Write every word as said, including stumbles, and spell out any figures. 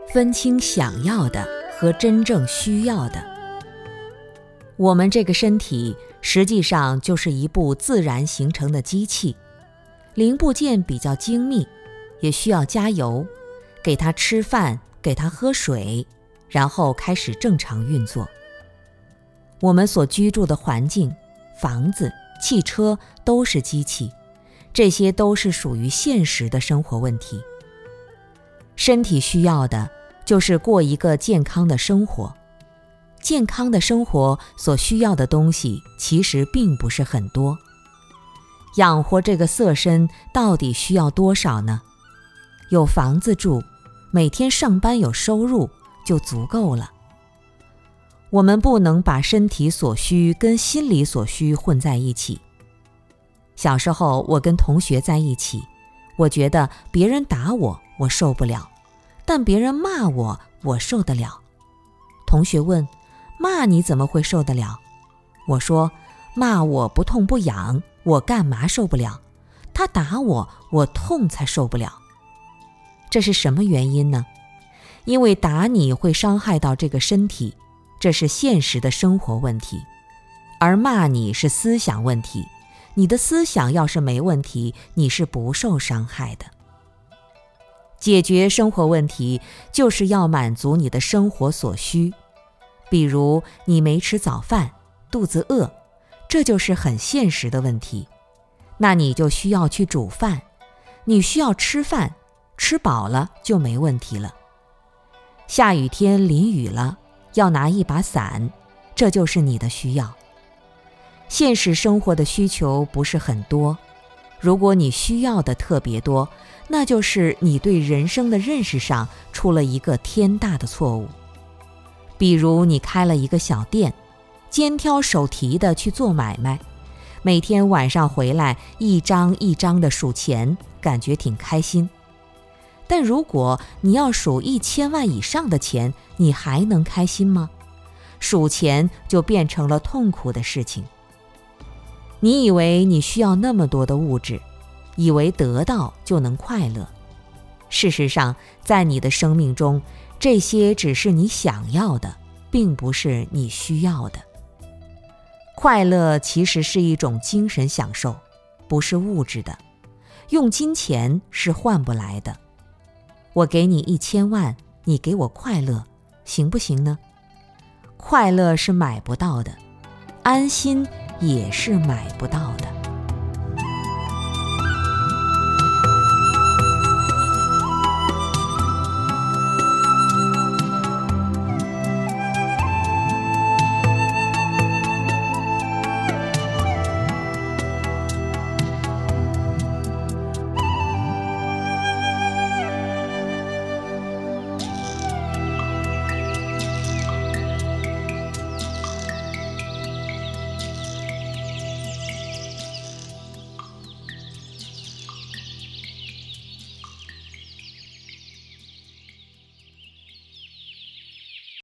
分清想要的和真正需要的。我们这个身体实际上就是一部自然形成的机器，零部件比较精密，也需要加油，给它吃饭，给它喝水，然后开始正常运作。我们所居住的环境、房子、汽车都是机器，这些都是属于现实的生活问题。身体需要的就是过一个健康的生活。健康的生活所需要的东西其实并不是很多。养活这个色身到底需要多少呢？有房子住，每天上班有收入就足够了。我们不能把身体所需跟心理所需混在一起。小时候我跟同学在一起，我觉得别人打我，我受不了，但别人骂我，我受得了。同学问，骂你怎么会受得了？我说，骂我不痛不痒，我干嘛受不了？他打我，我痛才受不了。这是什么原因呢？因为打你会伤害到这个身体，这是现实的生活问题，而骂你是思想问题，你的思想要是没问题，你是不受伤害的。解决生活问题就是要满足你的生活所需，比如你没吃早饭，肚子饿，这就是很现实的问题，那你就需要去煮饭，你需要吃饭，吃饱了就没问题了。下雨天淋雨了，要拿一把伞，这就是你的需要。现实生活的需求不是很多，如果你需要的特别多，那就是你对人生的认识上出了一个天大的错误。比如你开了一个小店，肩挑手提的去做买卖，每天晚上回来一张一张的数钱，感觉挺开心。但如果你要数一千万以上的钱，你还能开心吗？数钱就变成了痛苦的事情。你以为你需要那么多的物质，以为得到就能快乐。事实上，在你的生命中，这些只是你想要的，并不是你需要的。快乐其实是一种精神享受，不是物质的，用金钱是换不来的。我给你一千万，你给我快乐，行不行呢？快乐是买不到的，安心也是买不到的。